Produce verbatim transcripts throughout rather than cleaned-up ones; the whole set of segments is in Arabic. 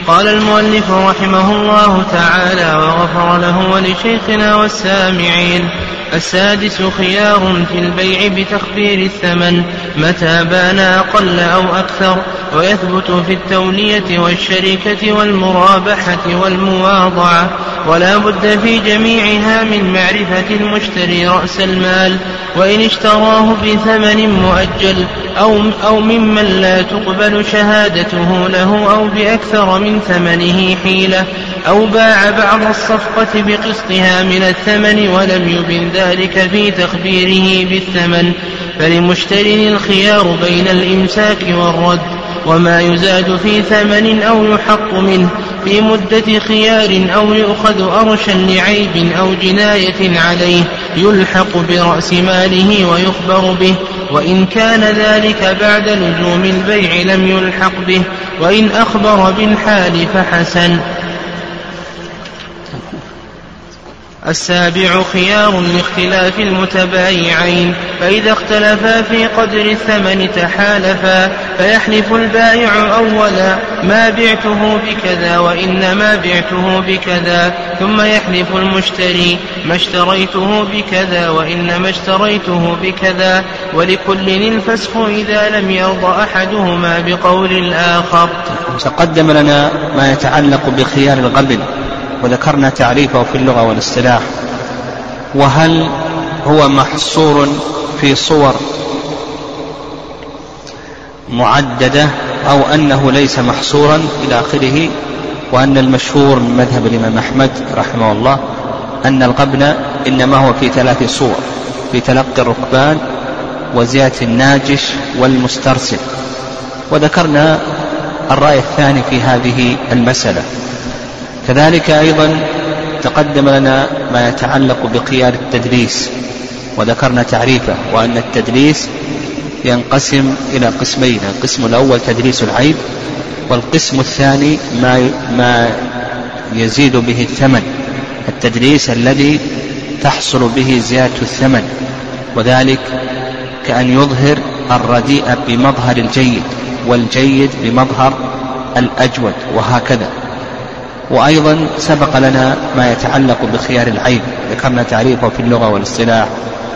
قال المؤلف رحمه الله تعالى وغفر له ولشيخنا والسامعين: السادس خيار في البيع بتخفير الثمن متى بان أقل أو أكثر، ويثبت في التولية والشركة والمرابحة والمواضعة، ولا بد في جميعها من معرفة المشتري رأس المال، وإن اشتراه بثمن مؤجل أو, أو ممن لا تقبل شهادته له أو بأكثر من ثمنه حيلة، أو باع بعض الصفقة بقسطها من الثمن ولم يبن ذلك في تخبيره بالثمن، فلمشتري الخيار بين الإمساك والرد، وما يزاد في ثمن أو يحق منه في مدة خيار أو يؤخذ أرشا لعيب أو جناية عليه يلحق برأس ماله ويخبر به، وإن كان ذلك بعد لزوم البيع لم يلحق به، وإن أخبر بالحال فحسن. السابع خيار لاختلاف المتبايعين، فإذا اختلفا في قدر الثمن تحالفا، فيحلف البائع أولا: ما بعته بكذا وإنما بعته بكذا، ثم يحلف المشتري: ما اشتريته بكذا وإنما اشتريته بكذا، ولكل الفسخ إذا لم يرضى أحدهما بقول الآخر. تقدم لنا ما يتعلق بخيار الغبن، وذكرنا تعريفه في اللغة والاصطلاح، وهل هو محصور في صور معددة أو أنه ليس محصورا إلى آخره، وأن المشهور من مذهب الإمام أحمد رحمه الله أن الغبن إنما هو في ثلاث صور: في تلقي الركبان وزيادة الناجش والمسترسل. وذكرنا الرأي الثاني في هذه المسألة. كذلك أيضا تقدم لنا ما يتعلق بخيار التدليس، وذكرنا تعريفه، وأن التدليس ينقسم إلى قسمين: القسم الأول تدليس العيب، والقسم الثاني ما ما يزيد به الثمن، التدليس الذي تحصل به زيادة الثمن، وذلك كأن يظهر الرديء بمظهر الجيد والجيد بمظهر الأجود وهكذا. وأيضا سبق لنا ما يتعلق بخيار العيب، ذكرنا تعريفه في اللغة والاصطلاح،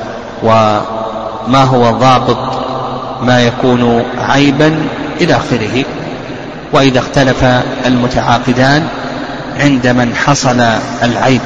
وما هو ضابط ما يكون عيبا إلى آخره. وإذا اختلف المتعاقدان عند من حصل العيب،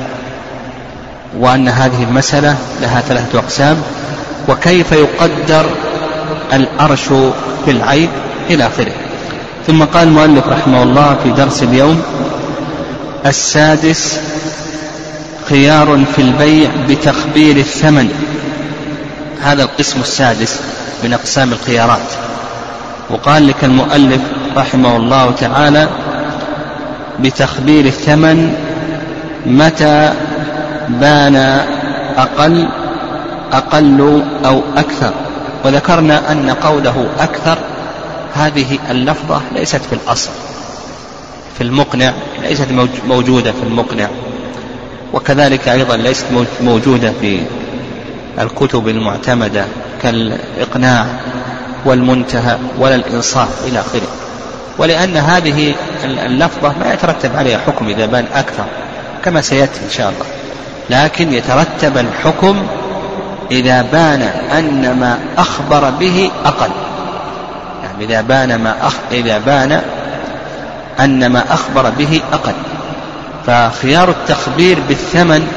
وأن هذه المسألة لها ثلاثة أقسام، وكيف يقدر الأرش في العيب إلى آخره. ثم قال المؤلف رحمه الله في درس اليوم: السادس خيار في البيع بتخبير الثمن. هذا القسم السادس من أقسام الخيارات. وقال لك المؤلف رحمه الله تعالى: بتخبير الثمن متى بان أقل أقل أو أكثر. وذكرنا أن قوله أكثر هذه اللفظة ليست في الأصل في المقنع، ليست موجودة في المقنع، وكذلك أيضا ليست موجودة في الكتب المعتمدة كالإقناع والمنتهى ولا الإنصاف إلى آخره. ولأن هذه اللفظة ما يترتب عليها حكم إذا بان أكثر كما سيأتي إن شاء الله، لكن يترتب الحكم إذا بان أن ما أخبر به أقل، يعني إذا بان ما أخ... إذا بان أن ما أخبر به أقل. فخيار التخبير بالثمن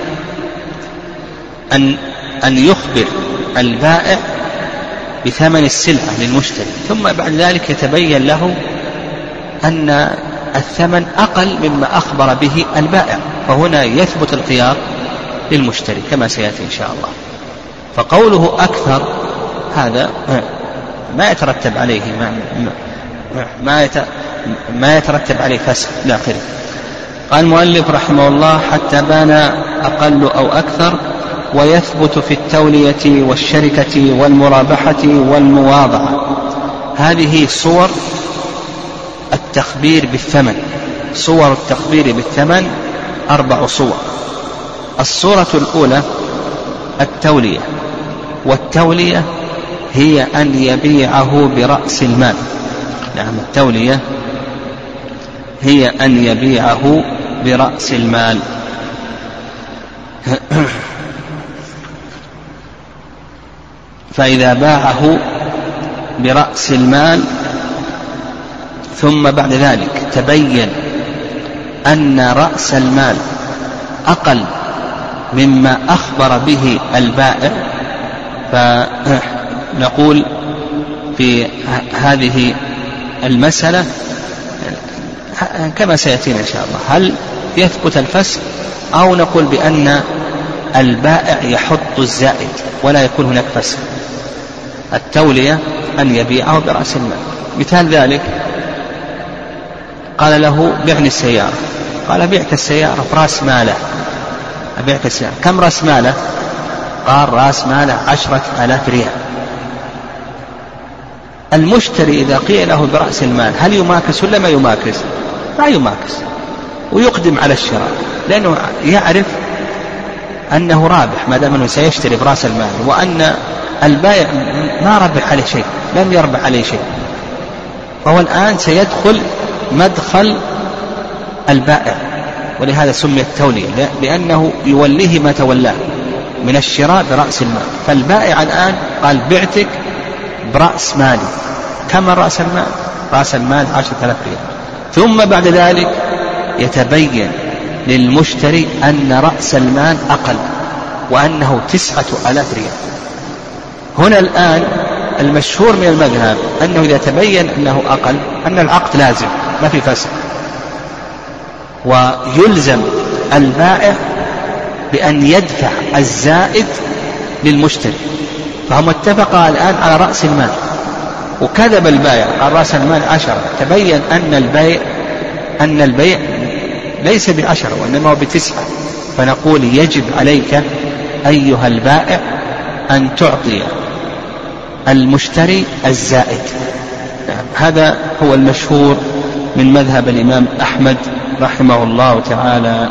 أن أن يخبر البائع بثمن السلعة للمشتري، ثم بعد ذلك يتبين له أن الثمن أقل مما أخبر به البائع، فهنا يثبت الخيار للمشتري كما سيأتي إن شاء الله. فقوله أكثر هذا ما يترتب عليه ما, ما, ما يترتب عليه فسخ إلى آخره. قال المؤلف رحمه الله: حتى بان أقل أو أكثر، ويثبت في التولية والشركة والمرابحة والمواضعة. هذه صور التخبير بالثمن. صور التخبير بالثمن أربع صور. الصورة الأولى التولية، والتولية هي أن يبيعه برأس المال. نعم، التولية هي أن يبيعه برأس المال. فإذا باعه برأس المال ثم بعد ذلك تبين أن رأس المال أقل مما أخبر به البائع، فنقول في هذه المسألة كما سيأتينا إن شاء الله، هل يثبت الفسخ أو نقول بأن البائع يحط الزائد ولا يكون هناك فسخ. التولية أن يبيعه برأس المال. مثال ذلك قال له بعني السيارة، قال بيعك السيارة برأس ماله، أبيعك السيارة. كم رأس ماله؟ قال رأس ماله عشرة آلاف ريال. المشتري إذا قيل له برأس المال هل يماكس ولا ما يماكس؟ لا يماكس ويقدم على الشراء، لأنه يعرف أنه رابح ما دام أنه سيشتري برأس المال، وأن البائع ما ربح عليه شيء، لم يربح عليه شيء، فهو الآن سيدخل مدخل البائع، ولهذا سمي التولية، لأنه يوليه ما تولاه من الشراء برأس المال. فالبائع الآن قال بعتك برأس مالي. كم رأس المال؟ رأس المال عشرة آلاف ريال. ثم بعد ذلك يتبين للمشتري أن رأس المال أقل وأنه تسعة آلاف ريال. هنا الآن المشهور من المذهب أنه إذا تبين أنه أقل أن العقد لازم ما في فسخ، ويلزم البائع بأن يدفع الزائد للمشتري. فهم اتفقا الآن على رأس المال، وكذب البائع قال رأس المال عشرة، تبين أن البيع أن البيع ليس بعشرة وإنما هو بتسعة. فنقول يجب عليك أيها البائع أن تعطي المشتري الزائد. هذا هو المشهور من مذهب الإمام أحمد رحمه الله تعالى.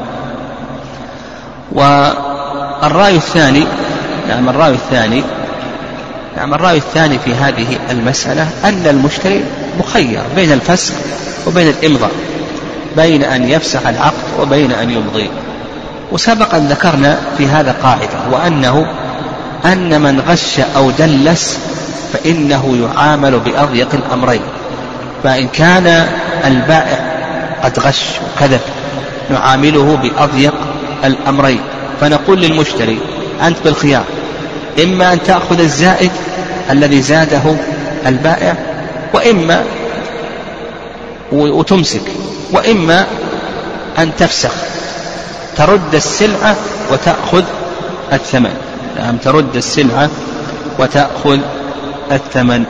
والرأي الثاني نعم الرأي الثاني نعم الرأي الثاني في هذه المسألة أن المشتري مخير بين الفسخ وبين الإمضاء، بين أن يفسخ العقد وبين أن يمضي. وسبق أن ذكرنا في هذا قاعدة، وأنه أن من غش أو دلس فإنه يعامل بأضيق الأمرين. فإن كان البائع قد غش وكذب نعامله بأضيق الأمرين، فنقول للمشتري أنت بالخيار، إما أن تأخذ الزائد الذي زاده البائع وإما وتمسك، وإما أن تفسخ ترد السلعة وتأخذ الثمن. نعم ترد السلعة وتأخذ الثمن.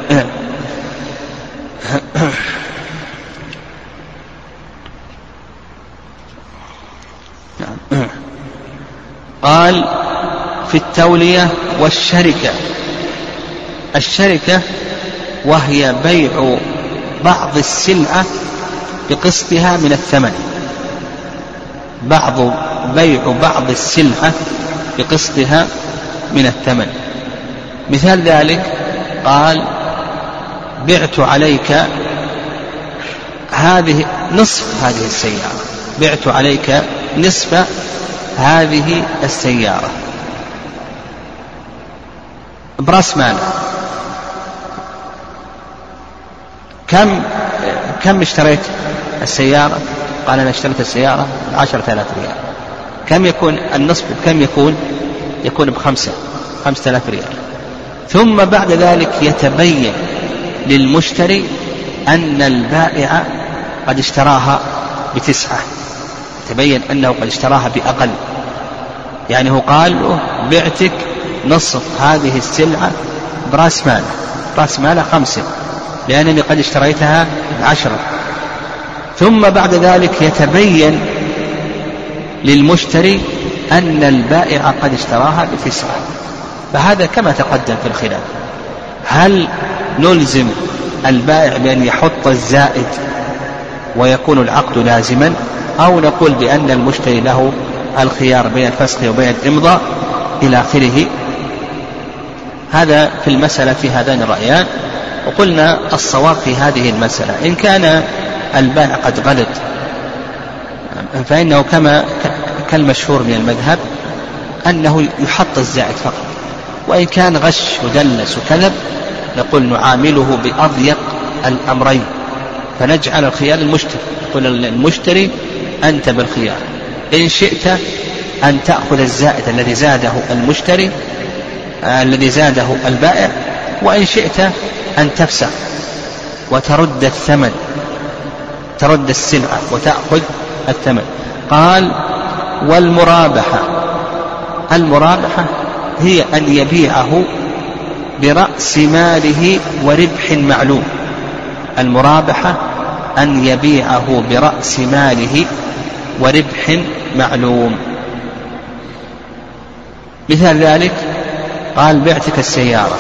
قال في التولية والشركة. الشركة وهي بيع بعض السلعة بقسطها من الثمن، بعض بيع بعض السلعة بقسطها من الثمن. مثال ذلك قال بعت عليك هذه نصف هذه السيارة، بعت عليك نصف هذه السيارة برأس مال. كم كم اشتريت السيارة؟ قال أنا اشتريت السيارة بعشرة آلاف ريال. كم يكون النصف؟ كم يكون؟ يكون بخمسة خمسة آلاف ريال. ثم بعد ذلك يتبين للمشتري أن البائع قد اشتراها بتسعة، يتبين أنه قد اشتراها بأقل، يعني هو قال له بعتك نصف هذه السلعة برأس مال، رأس مال خمسة لأنني قد اشتريتها بعشرة. ثم بعد ذلك يتبين للمشتري أن البائع قد اشتراها بتسعة. فهذا كما تقدم في الخلاف، هل نلزم البائع بأن يحط الزائد ويكون العقد لازما، أو نقول بأن المشتري له الخيار بين الفسخ وبين الإمضاء إلى آخره. هذا في المسألة في هذان الرأيان. وقلنا الصواب في هذه المسألة إن كان البائع قد غلط، فإنه كما كالمشهور من المذهب أنه يحط الزائد فقط، وإن كان غش ودلس وكذب نقول نعامله بأضيق الأمرين، فنجعل الخيار المشتري، يقول المشتري أنت بالخيار، إن شئت أن تأخذ الزائد الذي زاده المشتري آه الذي زاده البائع، وإن شئت أن تفسخ وترد الثمن، ترد السلعة وتأخذ الثمن. قال والمرابحة، المرابحة هي أن يبيعه برأس ماله وربح معلوم، المرابحة أن يبيعه برأس ماله وربح معلوم. مثال ذلك قال بعتك السيارة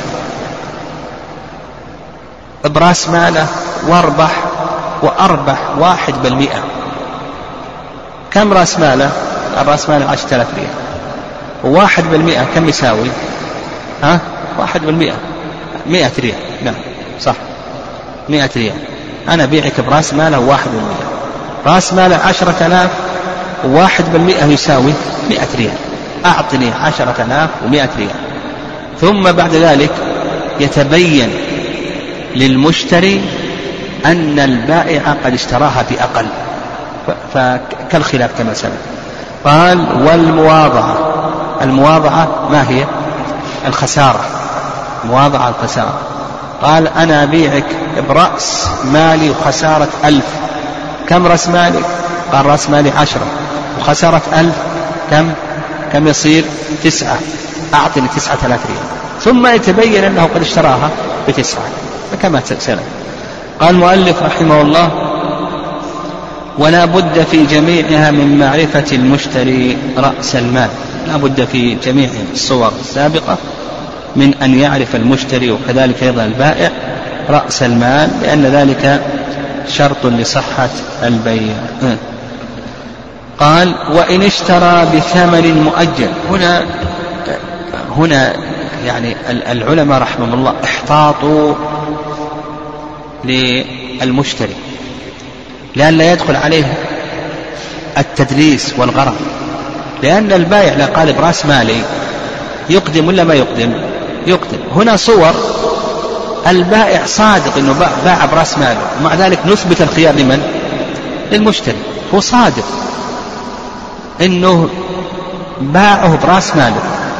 برأس ماله واربح وأربح واحد بالمئة، كم رأس ماله؟ الرأس ماله عشرة آلاف ريال، وواحد بالمئة كم يساوي؟ ها؟ واحد بالمئة مئة ريال، نعم صح مئة ريال. أنا بيعك برأس ماله واحد بالمئة، رأس ماله عشرة آلاف وواحد بالمئة يساوي مئة ريال، أعطني عشرة آلاف ومئة ريال. ثم بعد ذلك يتبين للمشتري أن البائع قد اشتراها بأقل، فكالخلاف كما سبق. قال والمواضعة، المواضعة ما هي؟ الخسارة، مواضعة الخسارة. قال أنا أبيعك برأس مالي وخسارة ألف، كم رأس مالي؟ قال رأس مالي عشرة وخسارة ألف، كم كم يصير؟ تسعة، أعطني تسعة آلاف ريال. ثم يتبين أنه قد اشتراها بتسعة كما سلم. قال المؤلف رحمه الله ولا بد في جميعها من معرفة المشتري رأس المال، لا بد في جميع الصور السابقة من أن يعرف المشتري وكذلك أيضا البائع رأس المال، لأن ذلك شرط لصحة البيع. قال وإن اشترى بثمن مؤجل، هنا هنا يعني العلماء رحمهم الله احتاطوا للمشتري لئلا يدخل عليه التدليس والغرر، لأن البائع لا قال برأس مالي يقدم ولا ما يقدم؟ يقدم. هنا صور البائع صادق أنه باع برأس ماله، ومع ذلك نثبت الخيار لمن؟ للمشتري، هو صادق أنه باعه برأس ماله،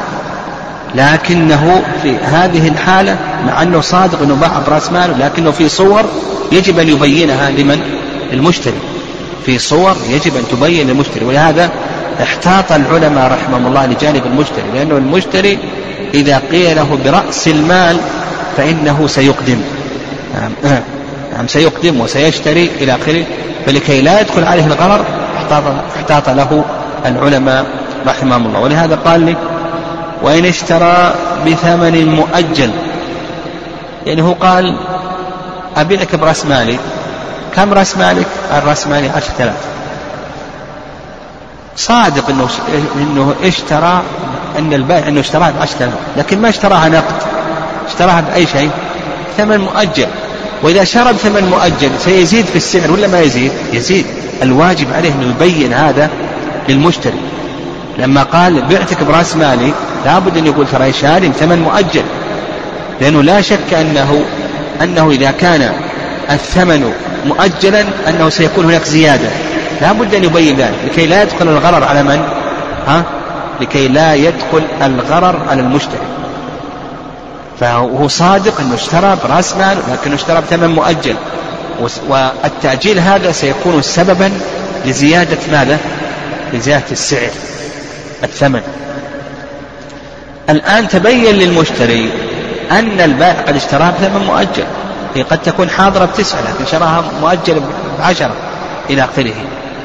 لكنه في هذه الحالة مع أنه صادق أنه باع برأس ماله، لكنه في صور يجب أن يبينها لمن؟ المشتري، في صور يجب أن تبين للمشتري. ولهذا احتاط العلماء رحمهم الله لجانب المشتري، لأنه المشتري إذا قيل له برأس المال فإنه سيقدم، نعم سيقدم وسيشتري إلى آخره، فلكي لا يدخل عليه الغرر احتاط له العلماء رحمهم الله. ولهذا قال لي وإن اشترى بثمن مؤجل، يعني هو قال أبيعك برأس مالي، كم رأس مالك؟ الرأس مالي عشرة آلاف، صادق إنه إنه اشترى، أن البائع إنه اشتراها بعشرة آلاف، لكن ما اشتراها نقد، اشتراها بأي شيء؟ ثمن مؤجل. وإذا شرى بثمن مؤجل سيزيد في السعر ولا ما يزيد؟ يزيد. الواجب عليه أن يبين هذا للمشتري. لما قال بعتك برأس مالي لابد أن يقول ترى شاري بثمن مؤجل، لأنه لا شك أنه أنه إذا كان الثمن مؤجلا أنه سيكون هناك زيادة، لا بد أن يبين ذلك لكي لا يدخل الغرر على من؟ ها؟ لكي لا يدخل الغرر على المشتري. فهو صادق أنه اشترى برأس مال لكنه اشترى بثمن مؤجل، والتأجيل هذا سيكون سببا لزيادة ماذا؟ لزيادة السعر الثمن. الآن تبين للمشتري أن البائع قد اشتراها بثمن مؤجل، هي قد تكون حاضرة بتسعة لكن شراها مؤجل بعشرة إلى آخره.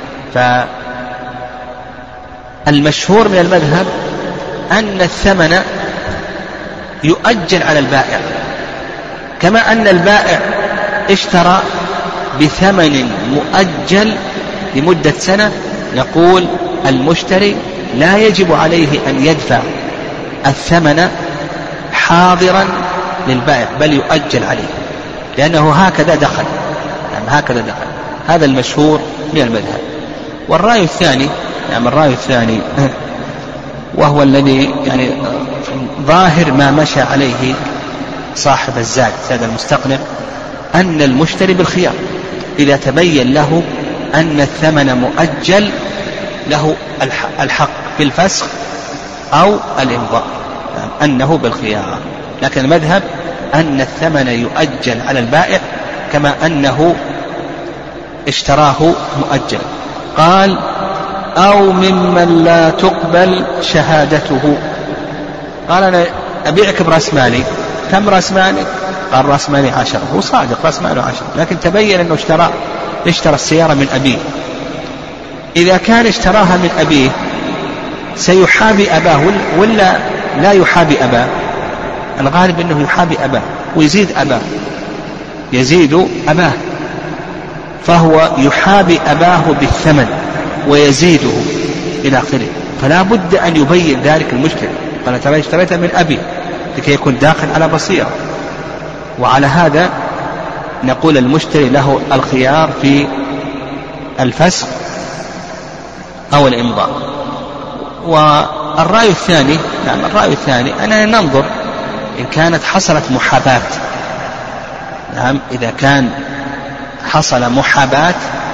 فالمشهور من المذهب أن الثمن يؤجل على البائع، كما أن البائع اشترى بثمن مؤجل لمدة سنة، يقول المشتري لا يجب عليه أن يدفع الثمن حاضرا للبائع بل يؤجل عليه، لأنه هكذا دخل، يعني هكذا دخل. هذا المشهور من المذهب. والرأي الثاني يعني الرأي الثاني وهو الذي يعني ظاهر ما مشى عليه صاحب الزاد زاد المستقنع، أن المشتري بالخيار إذا تبين له أن الثمن مؤجل له الحق بالفسخ أو الإمضاء، يعني أنه بالخيار. لكن المذهب أن الثمن يؤجل على البائع كما أنه اشتراه مؤجل. قال أو ممن لا تقبل شهادته. قال أنا أبيعك برأس مالي، كم رأس مالي؟ قال رأس مالي عشرة، هو صادق رأس ماله عشرة، لكن تبين أنه اشترى اشترى السيارة من أبيه. إذا كان اشتراها من أبيه سيحابي أباه ولا لا يحابي أباه؟ الغالب أنه يحابي أباه ويزيد أباه، يزيد أباه، فهو يحابي أباه بالثمن ويزيده إلى آخره. فلا بد أن يبين ذلك المشتري، قال ترى اشتريت من أبي، لكي يكون داخل على بصيرة. وعلى هذا نقول المشتري له الخيار في الفسخ أو الإمضاء. والرأي الثاني نعم الرأي الثاني أننا ننظر إن كانت حصلت محاباة، نعم إذا كان حصل محاباة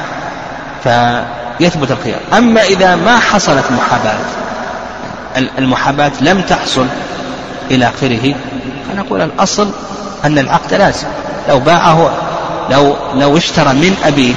فيثبت الخيار. أما إذا ما حصلت محاباة، المحاباة لم تحصل إلى آخره، فنقول الأصل أن العقد لازم. لو باعه لو لو اشترى من أبيه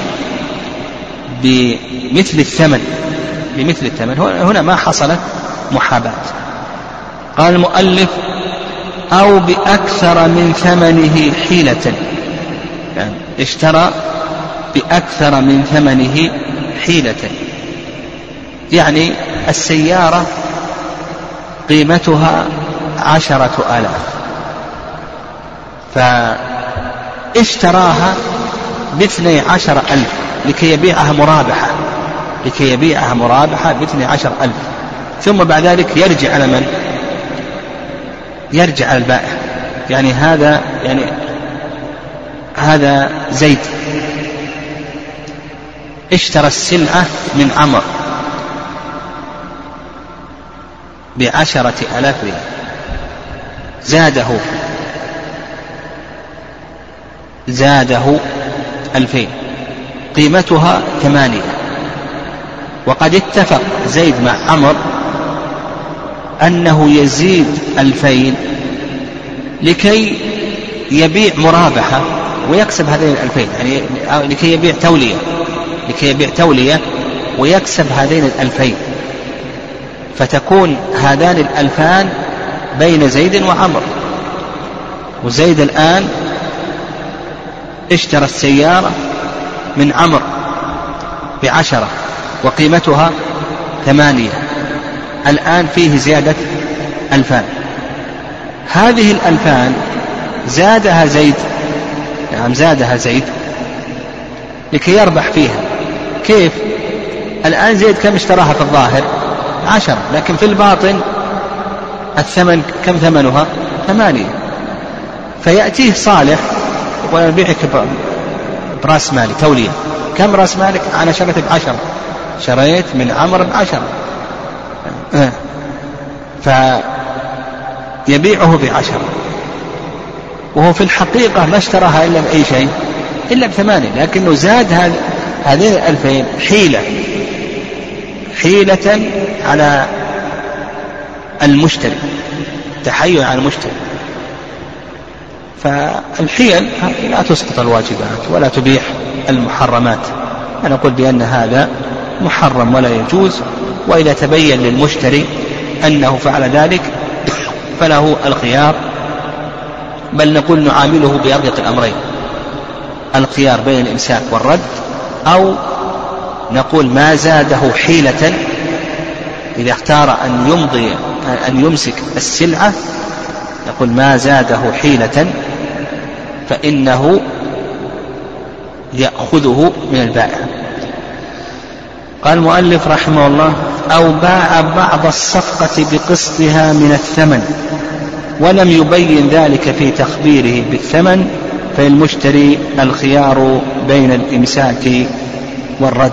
بمثل الثمن بمثل الثمن هنا ما حصلت محاباة. قال المؤلف أو بأكثر من ثمنه حيلة، يعني اشترى بأكثر من ثمنه حيلة، يعني السيارة قيمتها عشرة آلاف فاشتراها باثني عشر ألف لكي يبيعها مرابحة لكي يبيعها مرابحة باثني عشر ألف ثم بعد ذلك يرجع على من؟ يرجع على البائع. يعني هذا يعني هذا زيد اشترى السلعة من عمر بعشرة آلاف ريال، زاده زاده ألفين، قيمتها ثمانية، وقد اتفق زيد مع عمر أنه يزيد ألفين لكي يبيع مرابحة ويكسب هذين الألفين، يعني لكي يبيع تولية لكي يبيع تولية ويكسب هذين الألفين، فتكون هذان الألفان بين زيد وعمر. وزيد الآن اشترى السيارة من عمر بعشرة وقيمتها ثمانية، الآن فيه زيادة ألفان. هذه الألفان زادها زيد نعم زادها زيد لكي يربح فيها. كيف؟ الآن زيد كم اشتراها في الظاهر؟ عشرة، لكن في الباطن الثمن كم ثمنها؟ ثمانية. فيأتيه صالح يقول أنا بيعك براس مالي تولية، كم راس مالك؟ أنا شريت بعشرة، شريت من عمر بعشرة، فيبيعه بعشرة، وهو في الحقيقة ما اشتراها إلا بأي شيء إلا بثمانية، لكنه زاد هذين الألفين حيلة حيلة على المشتري، تحيل على المشتري. فالحيل لا تسقط الواجبات ولا تبيح المحرمات، أنا أقول بأن هذا محرم ولا يجوز، وإذا تبين للمشتري أنه فعل ذلك فله الخيار، بل نقول نعامله بأضيق الأمرين، الخيار بين الإمساك والرد، أو نقول ما زاده حيلة إذا اختار أن يمضي أن يمسك السلعة، نقول ما زاده حيلة فإنه يأخذه من البائع. قال المؤلف رحمه الله أو باع بعض الصفقة بقسطها من الثمن ولم يبين ذلك في تخبيره بالثمن فللمشتري الخيار بين الإمساك والرد.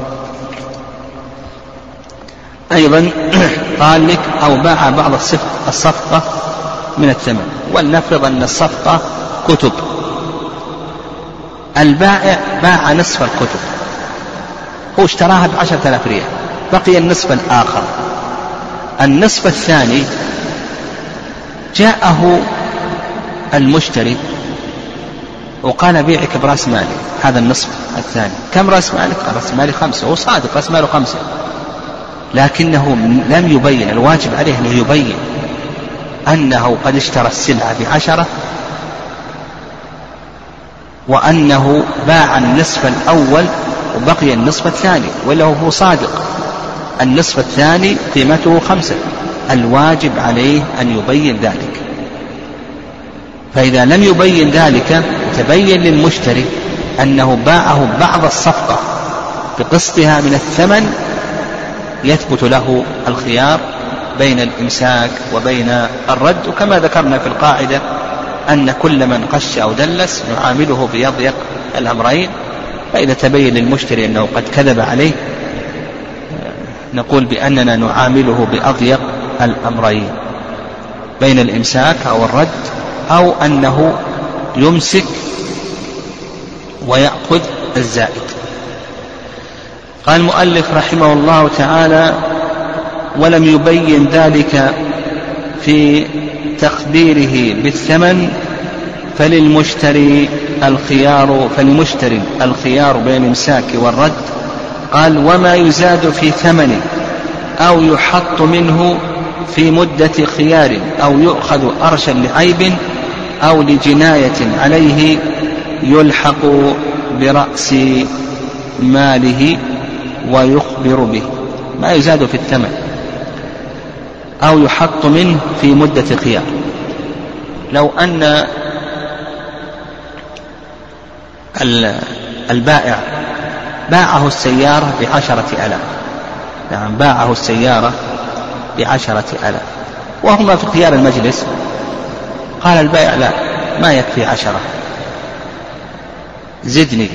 أيضا قال لك أو باع بعض الصفقة من الثمن، ولنفرض أن الصفقة كتب، البائع باع نصف الكتب، هو اشتراها بعشرة آلاف ريال، بقي النصف الآخر. النصف الثاني جاءه المشتري وقال بيعك برأس مالي هذا النصف الثاني. كم رأس مالك؟ رأس مالي خمسة، هو صادق رأس ماله خمسة، لكنه لم يبين، الواجب عليه أنه يبين أنه قد اشترى السلعة بعشرة وأنه باع النصف الأول وبقي النصف الثاني، ولا هو صادق النصف الثاني قيمته خمسة، الواجب عليه أن يبين ذلك. فإذا لم يبين ذلك تبين للمشتري أنه باعه بعض الصفقة بقسطها من الثمن، يثبت له الخيار بين الإمساك وبين الرد. وكما ذكرنا في القاعدة أن كل من قش أو دلس نعامله بأضيق الأمرين، فإذا تبين للمشتري أنه قد كذب عليه نقول بأننا نعامله بأضيق الأمرين بين الإمساك أو الرد، أو أنه يمسك ويأخذ الزائد. قال المؤلف رحمه الله تعالى: ولم يبين ذلك في تقديره بالثمن فللمشتري الخيار فللمشتري الخيار بين الإمساك والرد. قال: وما يزاد في ثمن أو يحط منه في مدة خيار أو يؤخذ أرشا لعيب أو لجناية عليه يلحق برأس ماله ويخبر به. ما يزاد في الثمن أو يحط منه في مدة خيار. لو أن البائع باعه السيارة بعشرة ألاف، نعم باعه السيارة بعشرة ألاف وهما في خيار المجلس، قال البائع: لا، ما يكفي عشرة، زدني،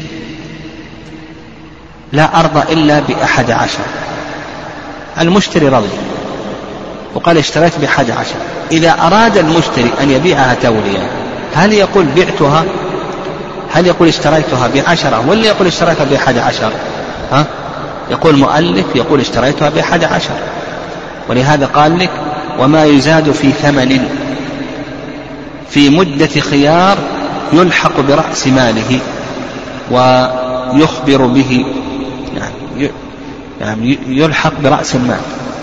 لا أرضى إلا بأحد عشر. المشتري رضي وقال: اشتريت بأحد عشر. إذا أراد المشتري أن يبيعها توليا، هل يقول بعتها، هل يقول اشتريتها بعشرة، ولا يقول اشتريتها بأحد عشر؟ ها؟ يقول مؤلف يقول اشتريتها بأحد عشر. ولهذا قال لك: وما يزاد في ثمن في مدة خيار يلحق برأس ماله ويخبر به، يعني يعني يلحق برأس المال.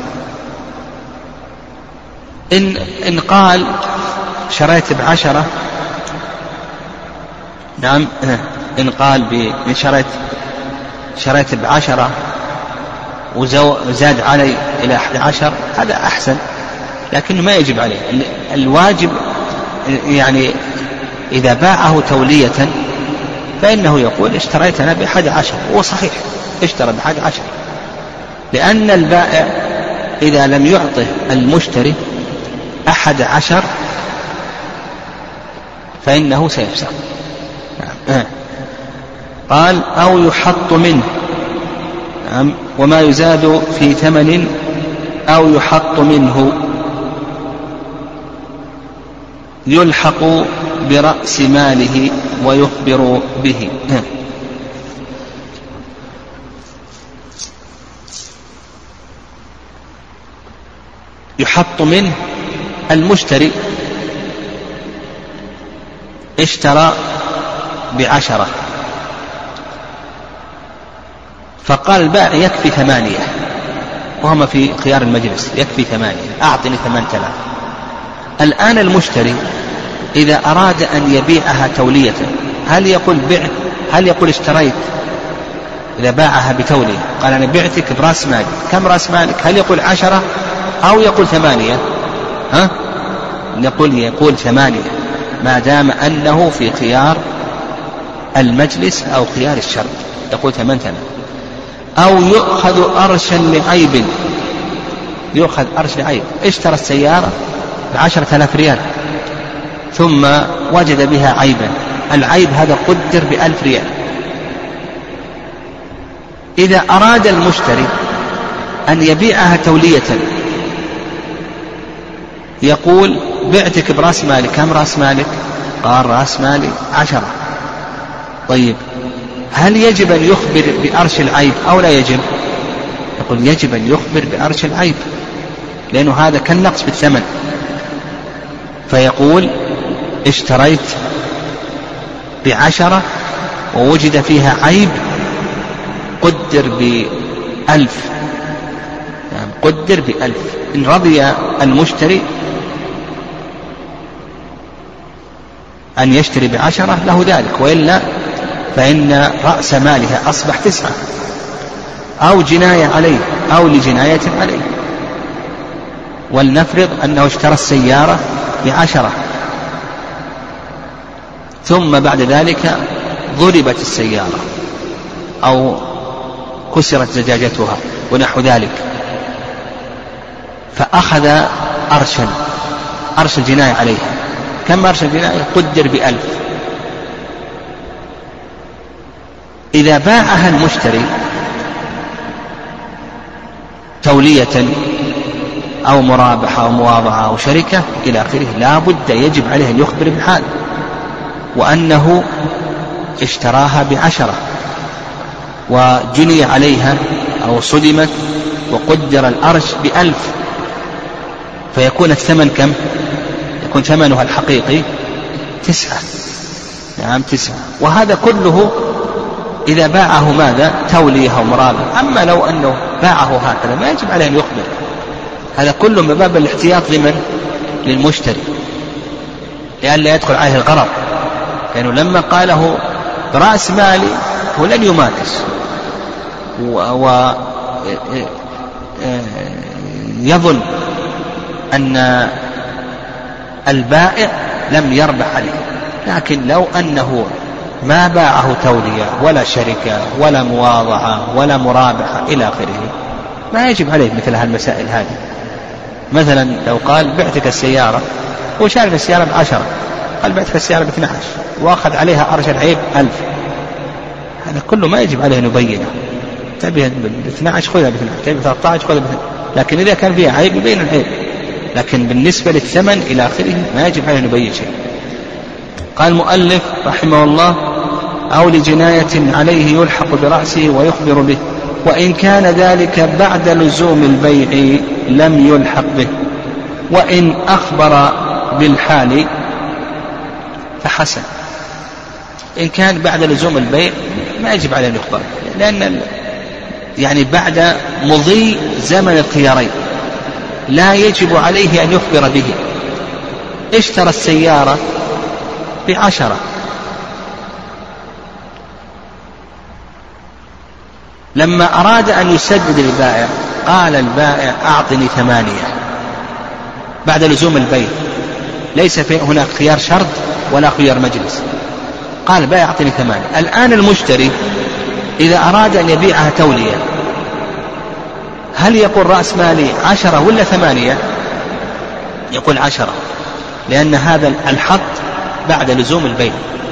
إن, إن قال شريت بعشرة، نعم إن قال إن شريت شريت بعشرة وزاد علي إلى أحد عشر، هذا أحسن، لكنه ما يجب عليه. الواجب يعني إذا باعه تولية فإنه يقول اشتريت أنا بأحد عشر، هو صحيح اشترى بأحد عشر، لأن البائع إذا لم يعطه المشتري أحد عشر فإنه سيفسخ. قال: أو يحط منه، وما يزاد في ثمن أو يحط منه يلحق برأس ماله ويخبر به. يحط منه، المشتري اشترى بعشرة فقال البائع: يكفي ثمانية، وهم في خيار المجلس، يكفي ثمانية، أعطني ثمان تلاف. الآن المشتري إذا أراد أن يبيعها تولية، هل يقول بعت، هل يقول اشتريت؟ إذا باعها بتولية قال: أنا بعتك برأس مالي، كم رأس مالك؟ هل يقول عشرة أو يقول ثمانية؟ ها؟ نقول يقول ثمانية، ما دام أنه في خيار المجلس أو خيار الشرط، يقول ثمان ثمان. أو يؤخذ أرشا لعيب، يؤخذ أرش لعيب، اشترى السيارة بعشرة آلاف ريال ثم وجد بها عيبا، العيب هذا قدر بألف ريال. إذا أراد المشتري أن يبيعها تولية يقول بعتك برأس مالك، كم رأس مالك؟ قال رأس مالي عشرة. طيب هل يجب أن يخبر بأرش العيب أو لا يجب؟ يقول يجب أن يخبر بأرش العيب، لأنه هذا كالنقص بالثمن. فيقول اشتريت بعشرة ووجد فيها عيب قدر بألف، يعني قدر بألف. إن رضي المشتري أن يشتري بعشرة له ذلك، وإلا فإن رأس مالها أصبح تسعة، أو جناية عليه أو لجناية عليه. ولنفرض أنه اشترى السيارة بعشرة ثم بعد ذلك ضربت السيارة أو كسرت زجاجتها ونحو ذلك، فأخذ أرشا، أرش الجناية عليها. كم أرش الجناية؟ قدر بألف. إذا باعها المشتري تولية أو مرابحة أو مواضعة أو شركة إلى آخره، لا بد يجب عليه أن يخبر بالحال وأنه اشتراها بعشرة وجني عليها أو صدمت وقدر الأرش بألف، فيكون الثمن كم؟ يكون ثمنها الحقيقي تسعة. نعم تسعة. وهذا كله إذا باعه ماذا؟ توليه أو مرابحة. أما لو أنه باعه هكذا ما يجب عليه أن يخبر، هذا كله من باب الاحتياط لمن؟ للمشتري، لئلا يدخل عليه الغرض، لأنه يعني لما قاله برأس مالي هو لن يماكس ويظن أن البائع لم يربح عليه. لكن لو أنه ما باعه تولية ولا شركة ولا مواضعة ولا مرابحة إلى آخره ما يجب عليه مثل هالمسائل هذه. مثلا لو قال بعتك السيارة وشارك السيارة بعشرة، قال بعتك السيارة باثنى عشر وأخذ عليها أرش العيب ألف، هذا كله ما يجب عليه أن يبينه. تبي باثنى عشر خذها باثنى عشر، تبي ثلاثة عشر خذها باثنى عشر، لكن إذا كان فيها عيب يبين العيب، لكن بالنسبة للثمن إلى آخره ما يجب عليه أن يبين شيء. قال المؤلف رحمه الله أو لجناية عليه يلحق برأسه ويخبر به، وإن كان ذلك بعد لزوم البيع لم يلحق به، وإن أخبر بالحال فحسن. إن كان بعد لزوم البيع ما يجب عليه أن يخبر، لأن يعني بعد مضي زمن الخيارين لا يجب عليه أن يخبر به. اشترى السيارة بعشرة، لما أراد أن يسدد البائع قال البائع أعطني ثمانية بعد لزوم البيع، ليس في هناك خيار شرط ولا خيار مجلس، قال البائع أعطني ثمانية. الآن المشتري إذا أراد أن يبيعها تولية هل يقول رأس مالي عشرة ولا ثمانية؟ يقول عشرة، لأن هذا الحط بعد لزوم البيع.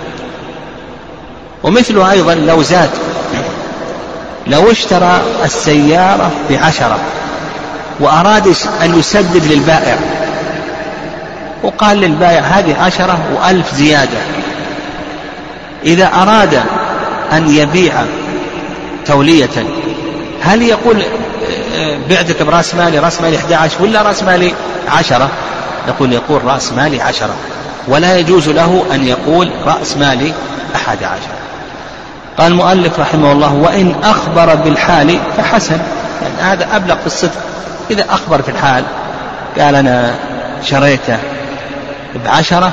ومثله أيضا لو زاد، لو اشترى السيارة بعشرة وأراد أن يسدد للبائع وقال للبائع هذه عشرة وألف زيادة، إذا أراد أن يبيع تولية هل يقول بعتك برأس مالي رأس مالي أحد عشر ولا رأس مالي عشرة؟ يقول يقول رأس مالي عشرة، ولا يجوز له أن يقول رأس مالي أحد عشر. قال المؤلف رحمه الله وإن أخبر بالحال فحسن، يعني هذا أبلغ في الصدق. إذا أخبر في الحال قال أنا شريته بعشرة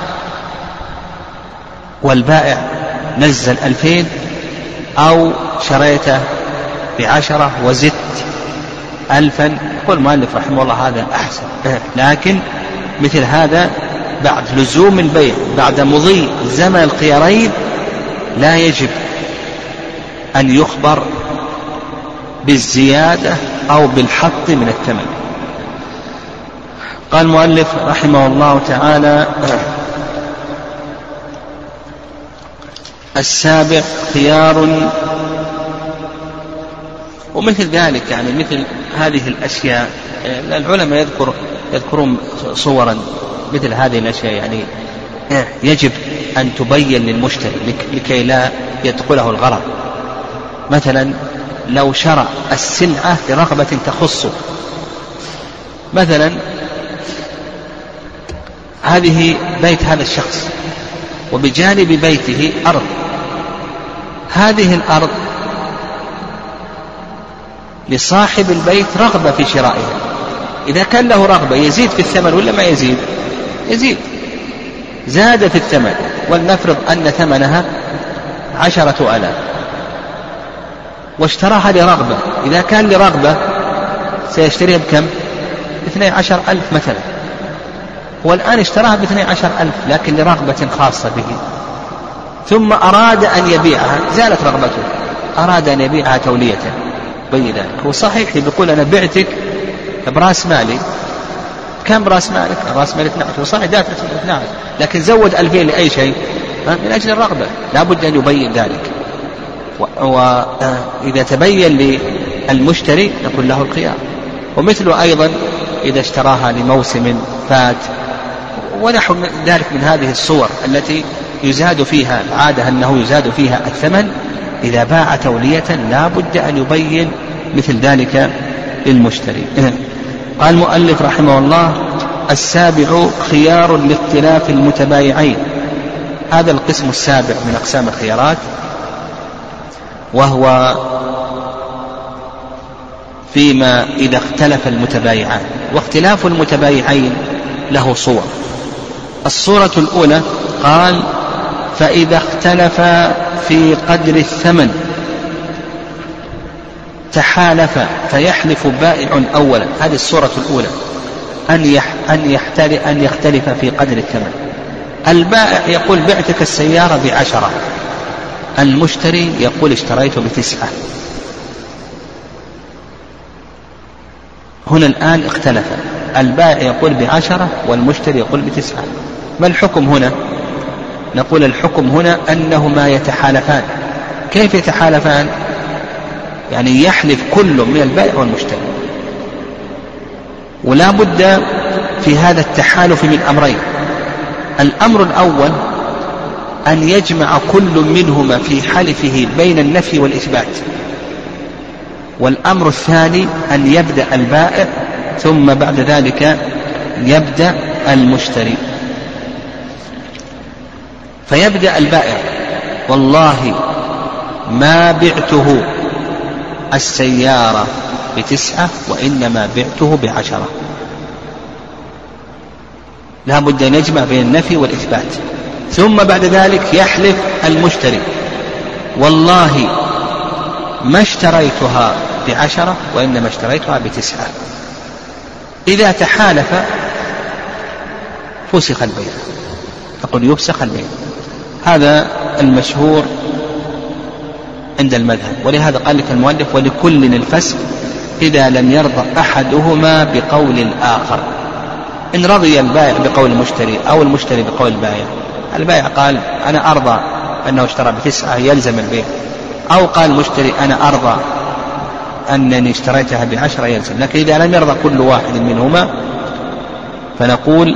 والبائع نزل ألفين، أو شريته بعشرة وزدت ألفا، يقول المؤلف رحمه الله هذا أحسن. لكن مثل هذا بعد لزوم البيع بعد مضي زمن الخيارين لا يجب أن يخبر بالزيادة أو بالحط من الثمن. قال المؤلف رحمه الله تعالى السابع خيار. ومثل ذلك يعني مثل هذه الأشياء العلماء يذكر يذكرون صورا مثل هذه الأشياء يعني يجب أن تبين للمشتري لكي لا يدخله الغرض. مثلا لو شرى السلعة لرغبة تخصه، مثلا هذه بيت هذا الشخص وبجانب بيته أرض، هذه الأرض لصاحب البيت رغبة في شرائها، إذا كان له رغبة يزيد في الثمن ولا ما يزيد؟ يزيد، زاد في الثمن. ولنفرض أن ثمنها عشرة آلاف واشتراها لرغبة، إذا كان لرغبة سيشتريها بكم؟ باثني عشر ألف مثلا، والآن اشتراها باثني عشر ألف لكن لرغبة خاصة به، ثم أراد أن يبيعها، زالت رغبته، أراد أن يبيعها تولية بي ذلك. هو صحيح بيقول أنا بعتك براس مالي، كم براس مالك؟ براس مالي اثني عشر، وصحيح دافع اثني عشر لكن زود ألفين لأي شيء؟ من أجل الرغبة، لا بد أن يبين ذلك. وإذا تبين للمشتري نقول له الخيار. ومثله أيضا إذا اشتراها لموسم فات ونحو ذلك من هذه الصور التي يزاد فيها، العادة أنه يزاد فيها الثمن، إذا باع تولية لا بد أن يبين مثل ذلك للمشتري. قال المؤلف رحمه الله: السابع خيار لاختلاف المتبايعين. هذا القسم السابع من أقسام الخيارات، وهو فيما إذا اختلف المتبايعان. واختلاف المتبايعين له صور. الصورة الأولى قال: فإذا اختلف في قدر الثمن تحالف فيحلف بائع أولا. هذه الصورة الأولى، أن أن يحتل أن يختلف في قدر الثمن. البائع يقول بعتك السيارة بعشرة، المشتري يقول اشتريته بتسعة. هنا الآن اختلف، البائع يقول بعشرة والمشتري يقول بتسعة. ما الحكم هنا؟ نقول الحكم هنا أنهما يتحالفان. كيف يتحالفان؟ يعني يحلف كل من البائع والمشتري. ولا بد في هذا التحالف من أمرين. الأمر الأول أن يجمع كل منهما في حلفه بين النفي والإثبات، والأمر الثاني أن يبدأ البائع ثم بعد ذلك يبدأ المشتري. فيبدأ البائع: والله ما بعته السيارة بتسعة وإنما بعته بعشرة. لا بد أن يجمع بين النفي والإثبات. ثم بعد ذلك يحلف المشتري: والله ما اشتريتها بعشرة وإنما اشتريتها بتسعة. إذا تحالف فسخ البيع، تقول يفسخ البيع. هذا المشهور عند المذهب، ولهذا قال لك المؤلف: ولكل الفسخ إذا لم يرضى أحدهما بقول الآخر. إن رضي البائع بقول المشتري أو المشتري بقول البائع، البائع قال أنا أرضى أنه اشترى بتسعة يلزم البيع، أو قال المشتري أنا أرضى أنني اشتريتها بعشرة يلزم. لكن إذا لم يرضى كل واحد منهما فنقول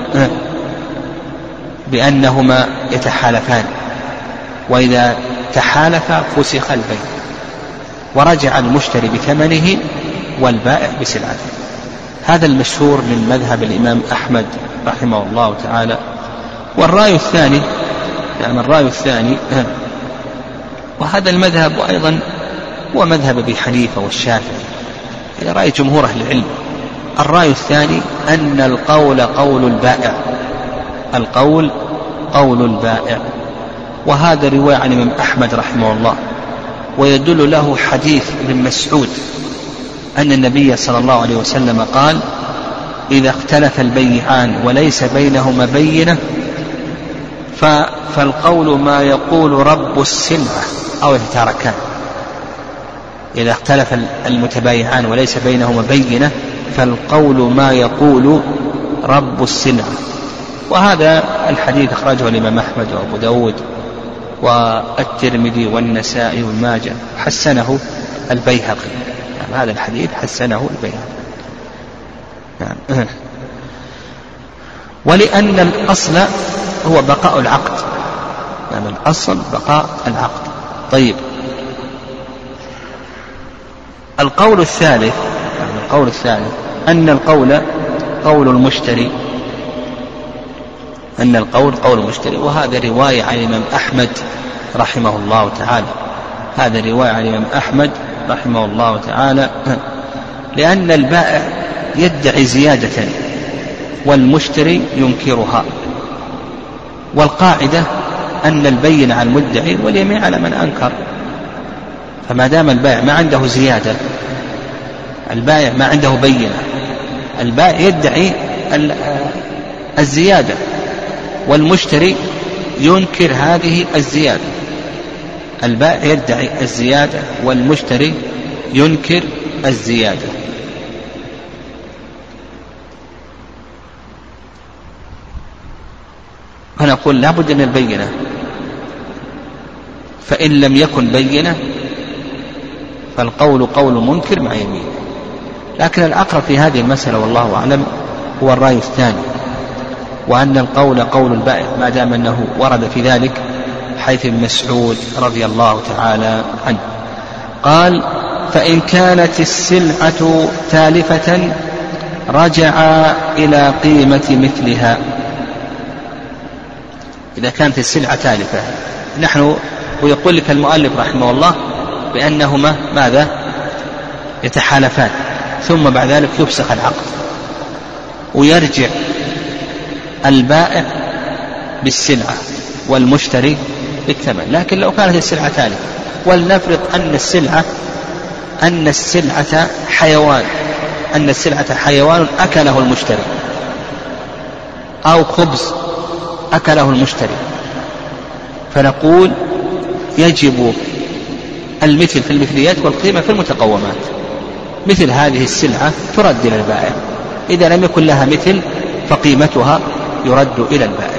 بأنهما يتحالفان، وإذا تحالفا فسخ البيع ورجع المشتري بثمنه والبائع بسلعته. هذا المشهور من مذهب الإمام أحمد رحمه الله تعالى. والرأي الثاني يعني الرأي الثاني وهذا المذهب أيضا هو مذهب أبي حنيفة والشافعي، هذا رأي جمهور أهل العلم. الرأي الثاني أن القول قول البائع، القول قول البائع. وهذا رواية عن الإمام أحمد رحمه الله، ويدل له حديث ابن مسعود أن النبي صلى الله عليه وسلم قال: إذا اختلف البيعان وليس بينهما بينة فالقول ما يقول رب السلعة أو يتتاركان. إذا اختلف المتبايعان وليس بينهما بينة فالقول ما يقول رب السلعة. وهذا الحديث أخرجه الإمام أحمد وأبو داود والترمذي والنسائي والماجه، حسنه البيهقي. يعني هذا الحديث حسنه البيهقي. يعني ولأن الأصل هو بقاء العقد، يعني الأصل بقاء العقد. طيب، القول الثالث يعني القول الثالث أن القول قول المشتري، أن القول قول المشتري، وهذا رواية عن الإمام أحمد رحمه الله تعالى، هذا رواية عن الإمام أحمد رحمه الله تعالى، لأن البائع يدعي زيادة والمشتري ينكرها، والقاعدة أن البين على المدعي واليمين على من أنكر. فما دام البائع ما عنده زيادة، البائع ما عنده بينة، البائع يدعي الزيادة والمشتري ينكر هذه الزيادة، البائع يدعي الزيادة والمشتري ينكر الزيادة. فنقول لا بد من البينة، فإن لم يكن بينة فالقول قول منكر مع يمين. لكن الأقرب في هذه المسألة والله أعلم هو الرأي الثاني، وأن القول قول البائع ما دام أنه ورد في ذلك حيث ابن مسعود رضي الله تعالى عنه قال: فإن كانت السلعة تالفة رجع إلى قيمة مثلها. إذا كانت السلعة تالفة، نحن ويقول لك المؤلف رحمه الله بأنهما ماذا؟ يتحالفان، ثم بعد ذلك يفسخ العقد ويرجع البائع بالسلعة والمشتري بالثمن. لكن لو كانت السلعة تالفة، ولنفرض أن السلعة أن السلعة حيوان أن السلعة حيوان أكله المشتري، أو خبز أكله المشتري، فنقول يجب المثل في المثليات والقيمة في المتقومات. مثل هذه السلعة ترد إلى البائع، إذا لم يكن لها مثل فقيمتها يرد إلى البائع.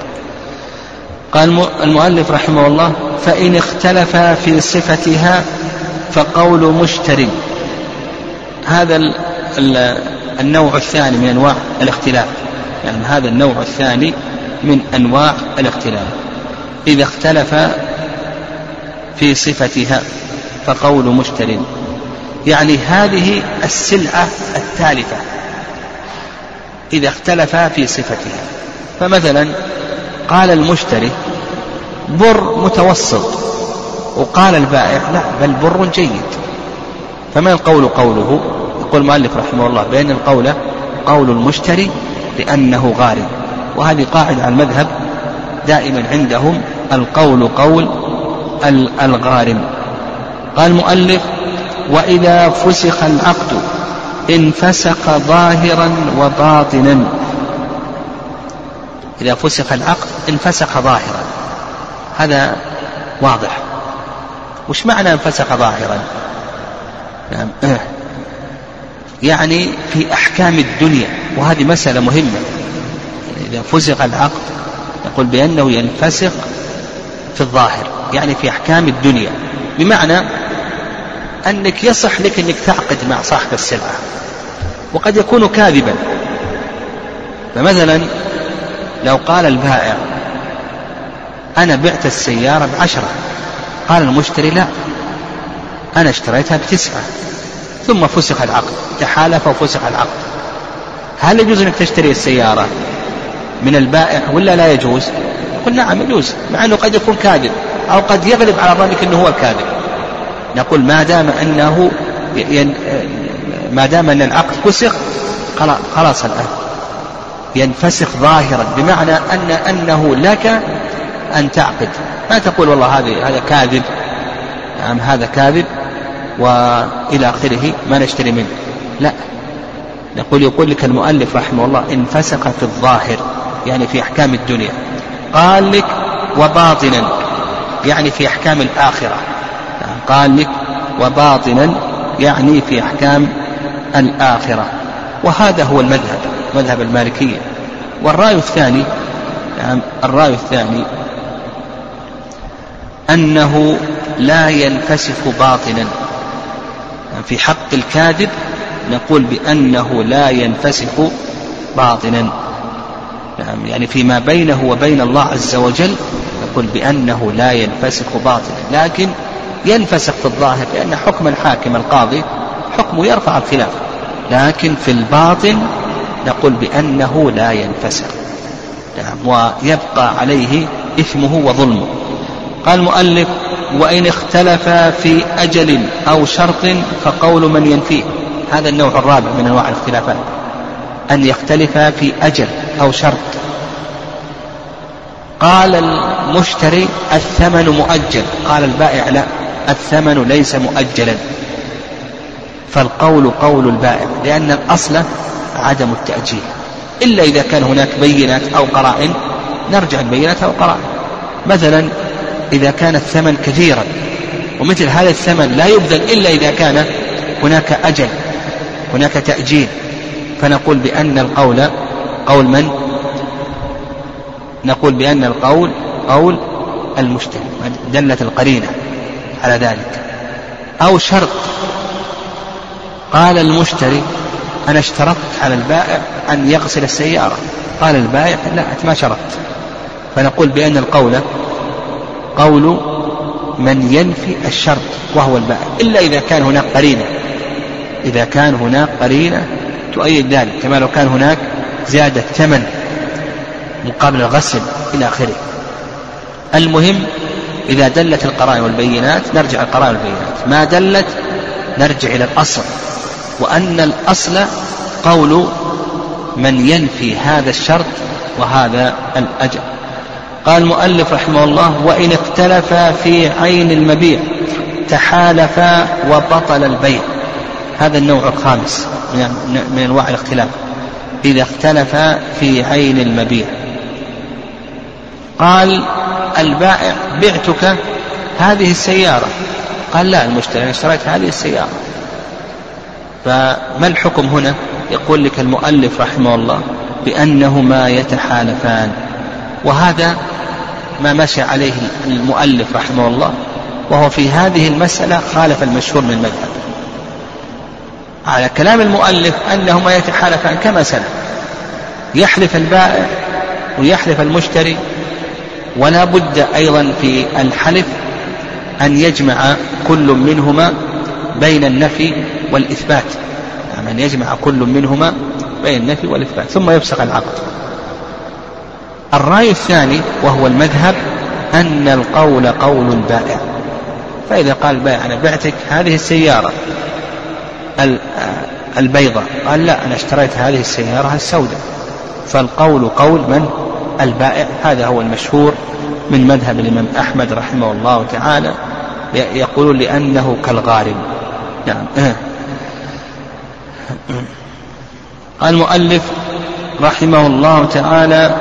قال المؤلف رحمه الله: فإن اختلف في صفتها فقول مشتري. هذا النوع الثاني من أنواع الاختلاف، يعني هذا النوع الثاني من أنواع الاختلاف. إذا اختلف في صفتها فقول مشتري، يعني هذه السلعة التالفة إذا اختلف في صفتها، فمثلا قال المشتري بر متوسط، وقال البائع لا بل بر جيد، فما القول قوله؟ يقول المؤلف رحمه الله بأن القول قول المشتري لأنه غارم، وهذه قاعدة على المذهب دائما عندهم، القول قول الغارم. قال المؤلف: وإذا فسخ العقد انفسخ ظاهرا وباطنا. إذا فسخ العقد انفسخ ظاهرا، هذا واضح. وش معنى انفسخ ظاهرا؟ يعني في أحكام الدنيا، وهذه مسألة مهمة. إذا فسخ العقد نقول بأنه ينفسخ في الظاهر، يعني في أحكام الدنيا، بمعنى أنك يصح لك أنك تعقد مع صاحب السلعة وقد يكون كاذبا. فمثلا لو قال البائع أنا بعت السيارة بعشرة، قال المشتري لا أنا اشتريتها بتسعة، ثم فسخ العقد، تحالف وفسخ العقد، هل يجوز أنك تشتري السيارة من البائع ولا لا يجوز؟ يقول نعم يجوز، مع أنه قد يكون كاذب أو قد يغلب على ظنك أنه هو الكاذب. نقول ما دام أنه ين... ما دام أن العقد فسخ خلاص الآن ينفسخ ظاهرا، بمعنى أن أنه لك أن تعقد، ما تقول والله هذا هذا كاذب، نعم هذا كاذب وإلى آخره ما نشتري منه، لا، نقول يقول لك المؤلف رحمه الله انفسخ في الظاهر، يعني في أحكام الدنيا. قال لك وباطنا، يعني في أحكام الآخرة. قال لك وباطنا يعني في أحكام الآخرة، وهذا هو المذهب، مذهب المالكية. والرأي الثاني، يعني الرأي الثاني أنه لا ينفسخ باطلا. في حق الكاذب نقول بأنه لا ينفسخ باطلا، يعني فيما بينه وبين الله عز وجل نقول بأنه لا ينفسخ باطلا، لكن ينفسخ في الظاهر لأن حكم الحاكم القاضي حكمه يرفع الخلاف، لكن في الباطن نقول بأنه لا ينفسخ ويبقى عليه إثمه وظلمه. قال المؤلف: وإن اختلف في أجل أو شرط فقول من ينفيه. هذا النوع الرابع من أنواع الاختلافات، أن يختلف في أجل أو شرط. قال المشتري: الثمن مؤجل. قال البائع: لا، الثمن ليس مؤجلا. فالقول قول البائع، لأن الأصل عدم التأجيل، إلا إذا كان هناك بينات أو قرائن نرجع البينات أو قرائن. مثلا إذا كان الثمن كثيرا، ومثل هذا الثمن لا يبذل إلا إذا كان هناك أجل، هناك تأجيل، فنقول بأن القول قول من؟ نقول بأن القول قول المشتري، دلت القرينة على ذلك. أو شرط، قال المشتري: أنا اشترطت على البائع أن يغسل السيارة. قال البائع: لا، أنت ما شرطت. فنقول بأن القول قول من ينفي الشرط وهو البائع، إلا إذا كان هناك قرينة، إذا كان هناك قرينة تؤيد ذلك، كما لو كان هناك زيادة ثمن مقابل الغسل إلى آخره. المهم إذا دلت القرائن والبينات نرجع القرائن والبينات، ما دلت نرجع إلى الأصل، وأن الأصل قول من ينفي هذا الشرط وهذا الأجل. قال المؤلف رحمه الله: وإن اختلفا في عين المبيع تحالفا وبطل البيع. هذا النوع الخامس من أنواع الاختلاف، إذا اختلفا في عين المبيع. قال البائع: بعتك هذه السيارة. قال: لا، المشتري: أنا اشتريت هذه السيارة. فما الحكم هنا؟ يقول لك المؤلف رحمه الله بأنهما يتحالفان، وهذا ما مشى عليه المؤلف رحمه الله، وهو في هذه المسألة خالف المشهور من المذهب. على كلام المؤلف أنهما يتحالفان كما سلف، يحلف البائع ويحلف المشتري، ولا بد أيضا في الحلف أن يجمع كل منهما بين النفي والإثبات، يعني أن يجمع كل منهما بين النفي والإثبات ثم يفسخ العقد. الرأي الثاني وهو المذهب أن القول قول البائع، فإذا قال البائع: أنا بعتك هذه السيارة البيضاء، قال: لا، أنا اشتريت هذه السيارة السوداء، فالقول قول من؟ البائع. هذا هو المشهور من مذهب الإمام أحمد رحمه الله تعالى، يقول لأنه كالغارم. نعم. قال المؤلف رحمه الله تعالى: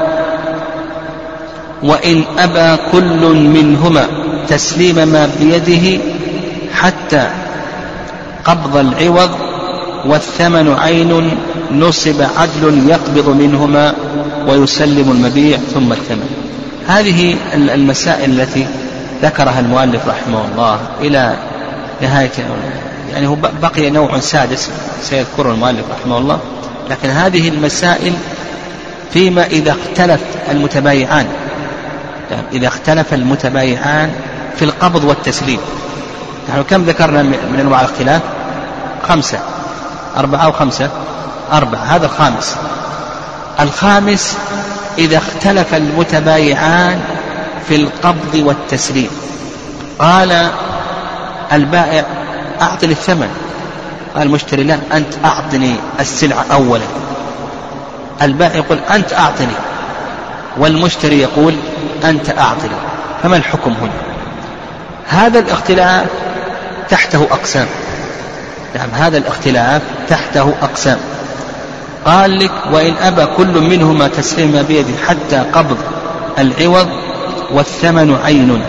وإن أبى كل منهما تسليم ما بيده حتى قبض العوض والثمن عين نصب عدل يقبض منهما ويسلم المبيع ثم الثمن. هذه المسائل التي ذكرها المؤلف رحمه الله إلى نهاية، يعني هو بقي نوع سادس سيذكره المؤلف رحمه الله، لكن هذه المسائل فيما إذا اختلف المتبايعان، إذا اختلف المتبايعان في القبض والتسليم. نحن كم ذكرنا من أنواع الاختلاف؟ خمسة، أربعة أو خمسة؟ أربعة. هذا الخامس. الخامس إذا اختلف المتبايعان في القبض والتسليم. قال البائع: أعطني الثمن. قال المشتري: لا، أنت أعطني السلعة أولا. البائع يقول: أنت أعطني، والمشتري يقول: أنت أعطني. فما الحكم هنا؟ هذا الاختلاف تحته أقسام. نعم، هذا الاختلاف تحته أقسام. قال لك: وإن أبى كل منهما تسليم بيده حتى قبض العوض والثمن عين.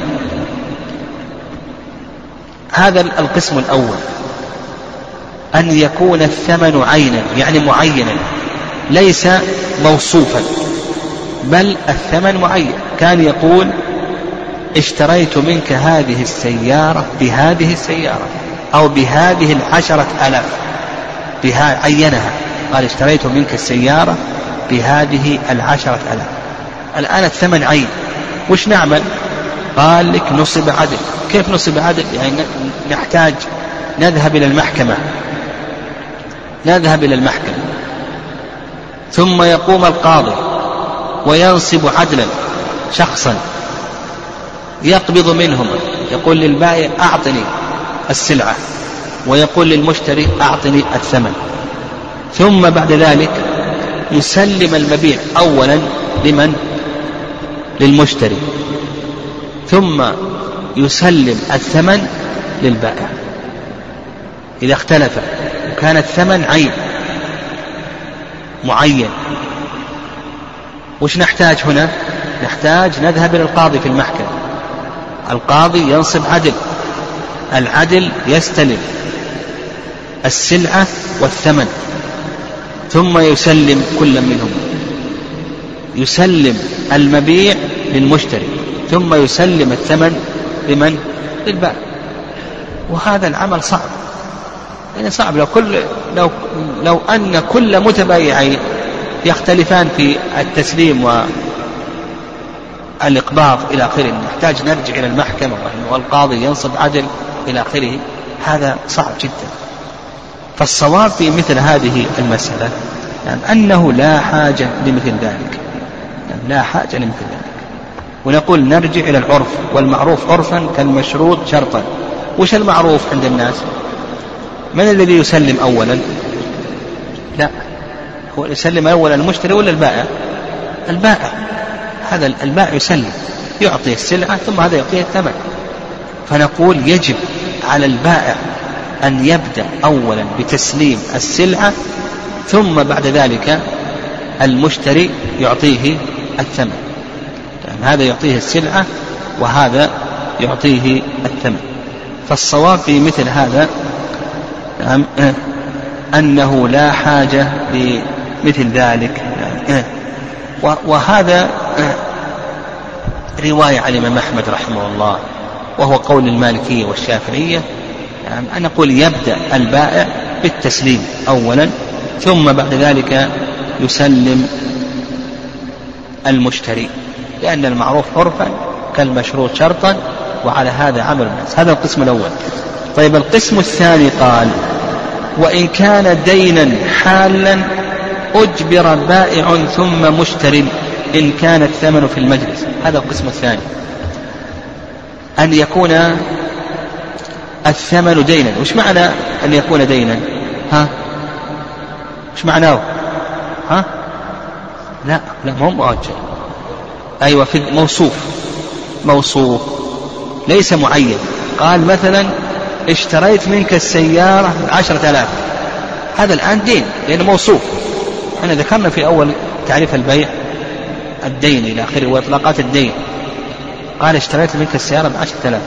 هذا القسم الأول، أن يكون الثمن عينا، يعني معينا، ليس موصوفا، بل الثمن معين. كان يقول اشتريت منك هذه السيارة بهذه السيارة أو بهذه العشرة ألاف، بها عينها، قال اشتريت منك السيارة بهذه العشرة ألاف. الآن الثمن عين، وش نعمل؟ قال لك نصب عدل. كيف نصب عدل؟ يعني نحتاج نذهب إلى المحكمة، نذهب إلى المحكمة ثم يقوم القاضي وينصب عدلا شخصا يقبض منهم، يقول للبائع أعطني السلعة، ويقول للمشتري أعطني الثمن، ثم بعد ذلك يسلم المبيع أولا لمن؟ للمشتري، ثم يسلم الثمن للبائع. إذا اختلف وكان الثمن عين معين، وش نحتاج هنا؟ نحتاج نذهب إلى القاضي في المحكمة، القاضي ينصب عدل، العدل يستلم السلعة والثمن ثم يسلم كل منهم، يسلم المبيع للمشتري ثم يسلم الثمن لمن؟ للبائع. وهذا العمل صعب، يعني صعب. لو, كل لو, لو أن كل متبايعين يختلفان في التسليم والإقباض إلى آخره، نحتاج نرجع إلى المحكمة والقاضي ينصب عدل إلى آخره، هذا صعب جدا. فالصواب في مثل هذه المسألة يعني أنه لا حاجة لمثل ذلك، يعني لا حاجة لمثل ذلك. ونقول نرجع إلى العرف، والمعروف عرفا كالمشروط شرطا. وش المعروف عند الناس؟ من الذي يسلم أولا؟ لا، هو يسلم أولا المشتري ولا البائع؟ البائع. هذا البائع يسلم، يعطي السلعة ثم هذا يعطيه الثمن. فنقول يجب على البائع أن يبدأ أولا بتسليم السلعة ثم بعد ذلك المشتري يعطيه الثمن، يعني هذا يعطيه السلعة وهذا يعطيه الثمن. فالصواب في مثل هذا أنه لا حاجة لمثل ذلك. وهذا رواية عن الإمام أحمد رحمه الله، وهو قول المالكية والشافعية، يعني أن نقول يبدأ البائع بالتسليم أولا ثم بعد ذلك يسلم المشتري، لأن المعروف عرفا كالمشروط شرطا، وعلى هذا عمل الناس. هذا القسم الأول. طيب القسم الثاني قال وإن كان دينا حالا أجبر بائع ثم مشتري إن كان الثمن في المجلس. هذا القسم الثاني، أن يكون الثمن دينا. وش معنى أن يكون دينا؟ ها وش معناه؟ ها لا لا مو مؤجل. أيوة، في موصوف، موصوف ليس معين. قال مثلا اشتريت منك السيارة عشرة آلاف، هذا الآن دين لأنه موصوف. احنا ذكرنا في أول تعريف البيع الدين إلى آخره وإطلاقات الدين. قال اشتريت منك السيارة بعشرة آلاف،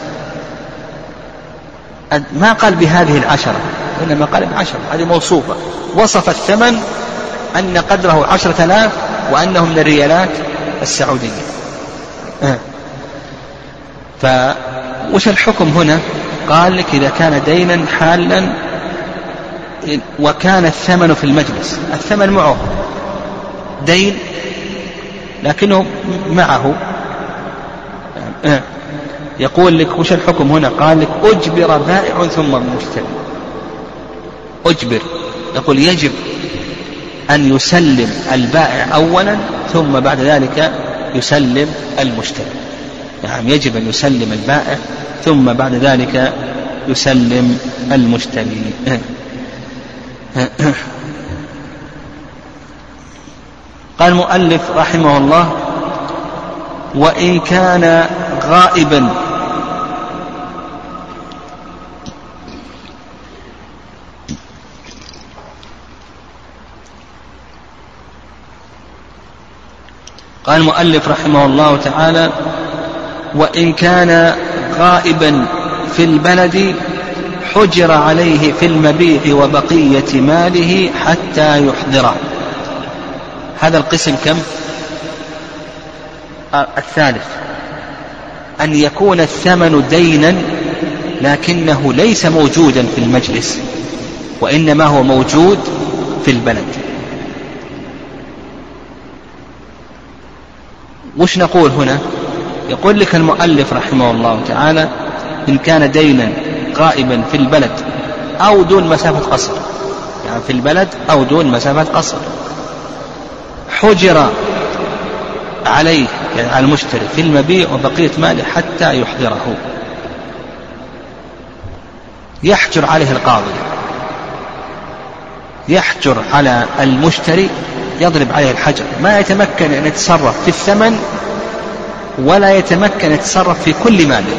ما قال بهذه العشرة، إنما قال بعشرة، هذه موصوفة. وصف الثمن أن قدره عشرة آلاف وأنه من الريالات السعودية. أه. فوش الحكم هنا؟ قال لك إذا كان دينا حالا وكان الثمن في المجلس، الثمن معه، دين لكنه معه، أه. يقول لك وش الحكم هنا؟ قال لك أجبر بائع ثم مشتري. أجبر، يقول يجب أن يسلم البائع أولا ثم بعد ذلك يسلم المشتري. يعني يجب أن يسلم البائع ثم بعد ذلك يسلم المشتري. قال المؤلف رحمه الله وإن كان غائبا قال المؤلف رحمه الله تعالى وإن كان غائبا في البلد حجر عليه في المبيع وبقية ماله حتى يحضره. هذا القسم كم؟ آه الثالث. أن يكون الثمن دينا لكنه ليس موجودا في المجلس وإنما هو موجود في البلد. وش نقول هنا؟ يقول لك المؤلف رحمه الله تعالى إن كان دينا غائبا في البلد أو دون مسافة قصر، يعني في البلد أو دون مسافة قصر، حجر عليه يعني على المشتري في المبيع وبقية ماله حتى يحضره. يحجر عليه القاضي، يحجر على المشتري، يضرب عليه الحجر، ما يتمكن أن يتصرف في الثمن ولا يتمكن أن يتصرف في كل ماله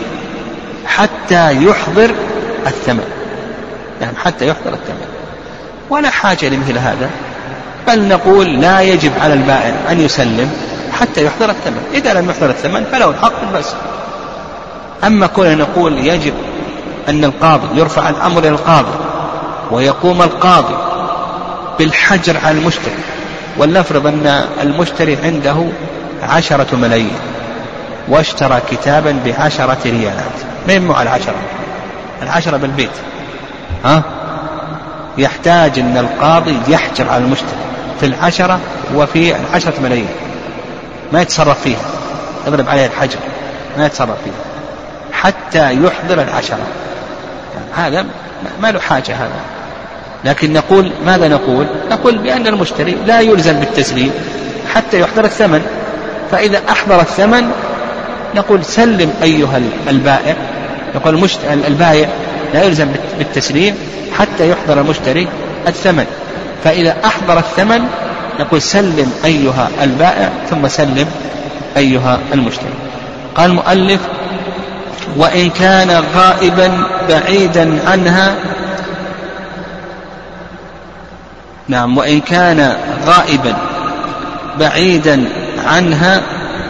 حتى يحضر الثمن، يعني حتى يحضر الثمن. ولا حاجة لمثل هذا، بل نقول لا يجب على البائع أن يسلم حتى يحضر الثمن، إذا لم يحضر الثمن فله الحق بس. أما كنا نقول يجب أن القاضي يرفع الأمر إلى القاضي ويقوم القاضي بالحجر على المشتري، ولنفرض أن المشتري عنده عشرة ملايين واشترى كتابا بعشرة ريالات، ما يجمع العشرة، العشرة بالبيت، ها؟ يحتاج أن القاضي يحجر على المشتري في العشرة وفي العشرة ملايين، ما يتصرف فيها، يضرب عليه الحجر، ما يتصرف فيها حتى يحضر العشرة. يعني هذا ما له حاجة هذا. لكن نقول ماذا نقول؟ نقول بأن المشتري لا يلزم بالتسليم حتى يحضر الثمن، فإذا أحضر الثمن نقول سلم أيها البائع، نقول البائع لا يلزم بالتسليم حتى يحضر المشتري الثمن، فإذا أحضر الثمن نقول سلم أيها البائع ثم سلم أيها المشتري. قال المؤلف وإن كان غائبا بعيدا عنها، نعم، وإن كان غائبا بعيدا عنها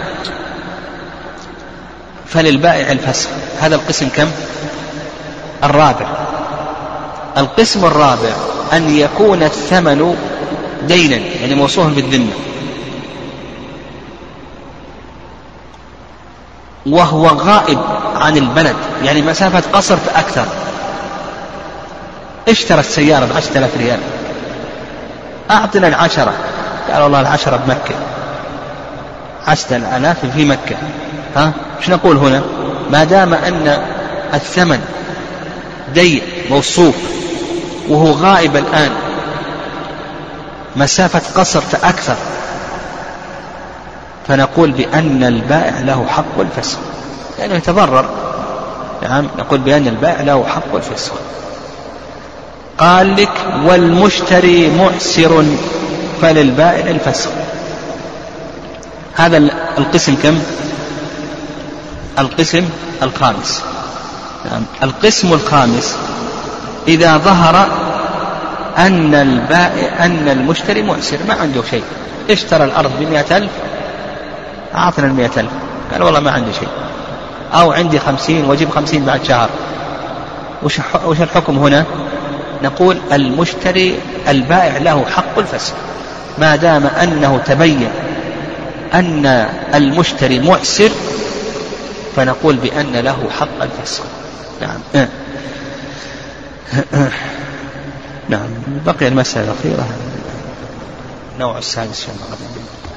فللبائع الفسخ. هذا القسم كم؟ الرابع. القسم الرابع أن يكون الثمن دينا، يعني موصوفا بالذمة، وهو غائب عن البلد، يعني مسافة قصر فأكثر. اشترى السيارة بعشرة آلاف ريال، أعطنا العشرة، قال والله العشرة بمكة، عشرة آلاف في مكة، ها؟ مش نقول هنا ما دام أن الثمن دين موصوف وهو غائب الآن مسافة قصر فأكثر، فنقول بأن البائع له حق الفسخ، لأنه يتضرر. نعم، نقول بأن البائع له حق الفسخ. قال لك والمشتري معسر فللبائع الفسخ. هذا القسم كم؟ القسم الخامس. نعم. القسم الخامس إذا ظهر أن البائع أن المشتري معسر، ما عنده شيء، اشترى الأرض بمئة ألف، أعطنا المئة ألف، قال والله ما عندي شيء، أو عندي خمسين وجيب خمسين بعد شهر. وش الحكم هنا؟ نقول المشتري البائع له حق الفسخ ما دام أنه تبين أن المشتري معسر، فنقول بأن له حق الفسخ. نعم. نعم. بقي المسألة الأخيرة، النوع السادس.